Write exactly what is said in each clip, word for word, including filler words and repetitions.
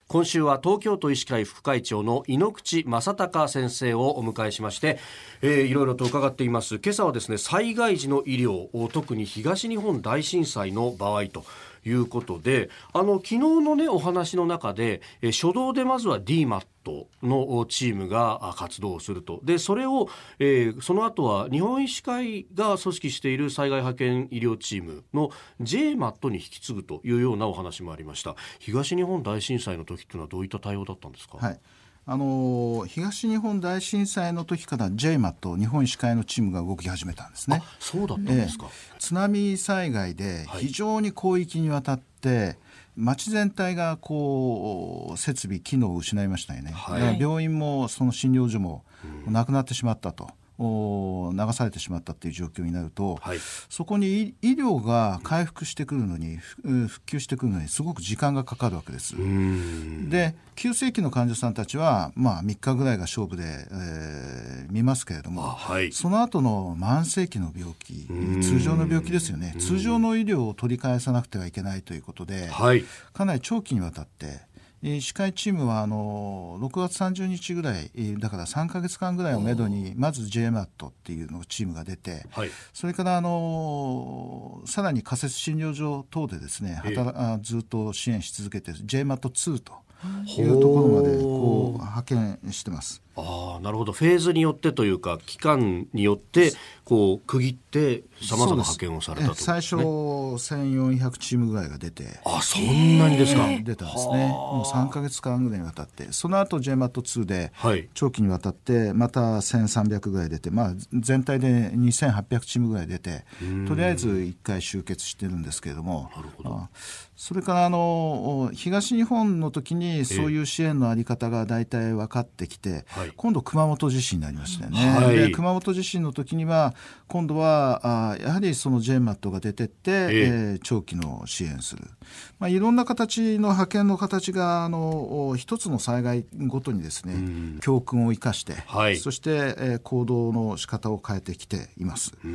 今週は東京都医師会副会長の猪口正孝先生をお迎えしまして、えー、いろいろと伺っています。今朝はですね、災害時の医療、特に東日本大震災の場合ということで、あの昨日のねお話の中で、えー、初動でまずは ディーマット のチームが活動すると。でそれを、えー、その後は日本医師会が組織している災害派遣医療チームの ジェーマット に引き継ぐというようなお話もありました。東日本大震災の時というのはどういった対応だったんですか？ はい、あの東日本大震災の時から ジェーマット 日本医師会のチームが動き始めたんですね。 あ、そうだったんですか。 えー、津波災害で非常に広域にわたって、はい、町全体がこう設備機能を失いましたよね。はい、病院もその診療所もなくなってしまったと、流されてしまったという状況になると、はい、そこに医療が回復してくるのに、復旧してくるのにすごく時間がかかるわけです。で急性期の患者さんたちは、まあ、みっかぐらいが勝負で、えー、見ますけれども、はい、その後の慢性期の病気、通常の病気ですよね。通常の医療を取り返さなくてはいけないということで、はい、かなり長期にわたって医師会チームはあのろくがつさんじゅうにちぐらいだからさんかげつかんぐらいをめどにまず ジェーマット っていうのチームが出て、はい、それからあのさらに仮設診療所等でですね、働ずっと支援し続けて ジェーマットツー というところまでこう派遣してます。 ああ、なるほど。フェーズによってというか期間によってこう区切ってさまざま派遣をされたと、ね、 最初せんよんひゃくチームぐらいが出て、 あ、そんなにですか。 出たんですね。もうさんかげつかんぐらいにわたって、その後 ジェーマットツー で長期にわたってまたせんさんびゃくぐらい出て、まあ、全体でにせんはっぴゃくチームぐらい出て、とりあえずいっかい集結してるんですけれども、なるほど。あ、それからあの東日本の時にそういう支援のあり方が大体分かってきて、はい、今度熊本地震になりましたよね。はい、で熊本地震の時には今度はあやはりその ジェーマット が出てって、えーえー、長期の支援する、まあ、いろんな形の派遣の形があの一つの災害ごとにですね、うん、教訓を生かして、はい、そして、えー、行動の仕方を変えてきています。はい、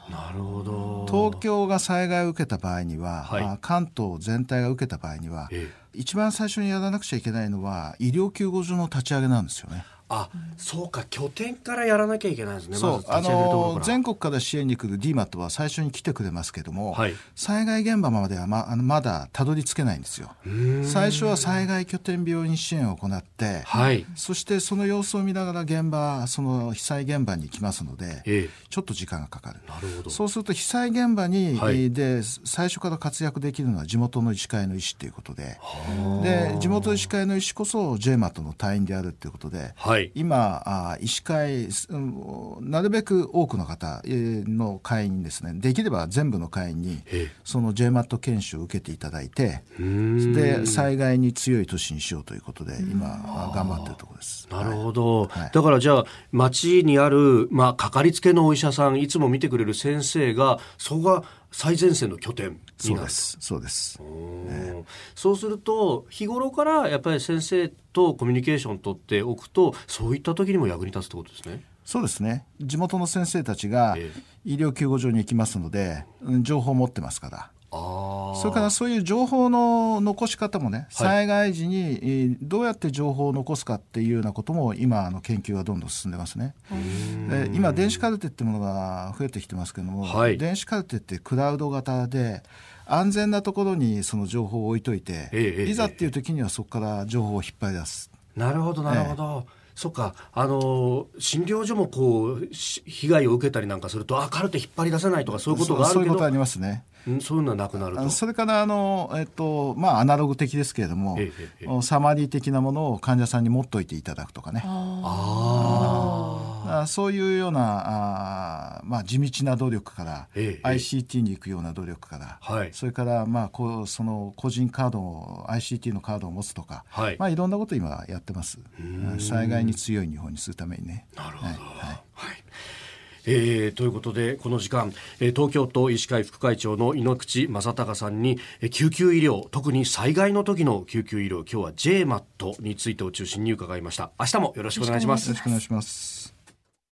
なるほど。 東京が災害を受けた場合には、はい、関東全体が受けた場合には、ええ、一番最初にやらなくちゃいけないのは医療救護所の立ち上げなんですよね。 あ、そうか、拠点からやらなきゃいけないですね。 そう、 まず立ち上げるところから。 あの全国から支援に来る ディーマット は最初に来てくれますけども、はい、災害現場までは ま, あのまだたどり着けないんですよ。最初は災害拠点病院支援を行って、はい、そしてその様子を見ながら現場その被災現場に行きますので、ええ、ちょっと時間がかかる。なるほど。そうすると被災現場に、はい、で最初から活躍できるのは地元の医師会の医師ということで、で地元医師会の医師こそ ジェーマット の隊員であるということで、はい、今医師会なるべく多くの方の会員にですね、できれば全部の会員にその ジェーマット 研修を受けていただいて、で災害に強い都市にしようということで今頑張っているところです。 なるほど、はい、だからじゃあ町にある、まあ、かかりつけのお医者さん、いつも見てくれる先生がそこが最前線の拠点になる。 そうです、そうです、 ね、そうすると日頃からやっぱり先生とコミュニケーションを取っておくと、そういった時にも役に立つってことですね。 そうですね。地元の先生たちが医療救護所に行きますので、情報を持ってますから。あ、それからそういう情報の残し方もね、災害時にどうやって情報を残すかっていうようなことも今の研究はどんどん進んでますね。で今電子カルテっていうものが増えてきてますけども、はい、電子カルテってクラウド型で安全なところにその情報を置いといて、ええ、いざっていう時にはそこから情報を引っ張り出す。 なるほどなるほど、ええ、そっか、あの診療所もこう被害を受けたりなんかすると、あ、カルテ引っ張り出せないとかそういうことがあるけど、 そういうことありますね。 そういうのはなくなると。 それからあの、えっとまあ、アナログ的ですけれども、ええええ、サマリー的なものを患者さんに持っといていただくとかね。ああ、そういうようなあ、まあ、地道な努力から、ええ、アイシーティー に行くような努力から、はい、それから、まあ、こうその個人カードを アイシーティー のカードを持つとか、はい、まあ、いろんなこと今やってます。災害に強い日本にするためにね。 なるほど、はいはい、えー、ということでこの時間、えー、東京都医師会副会長の猪口正孝さんに、えー、救急医療、特に災害の時の救急医療、今日は ジェーマット についてを中心に伺いました。明日もよろしくお願いします。 よろしくお願いします。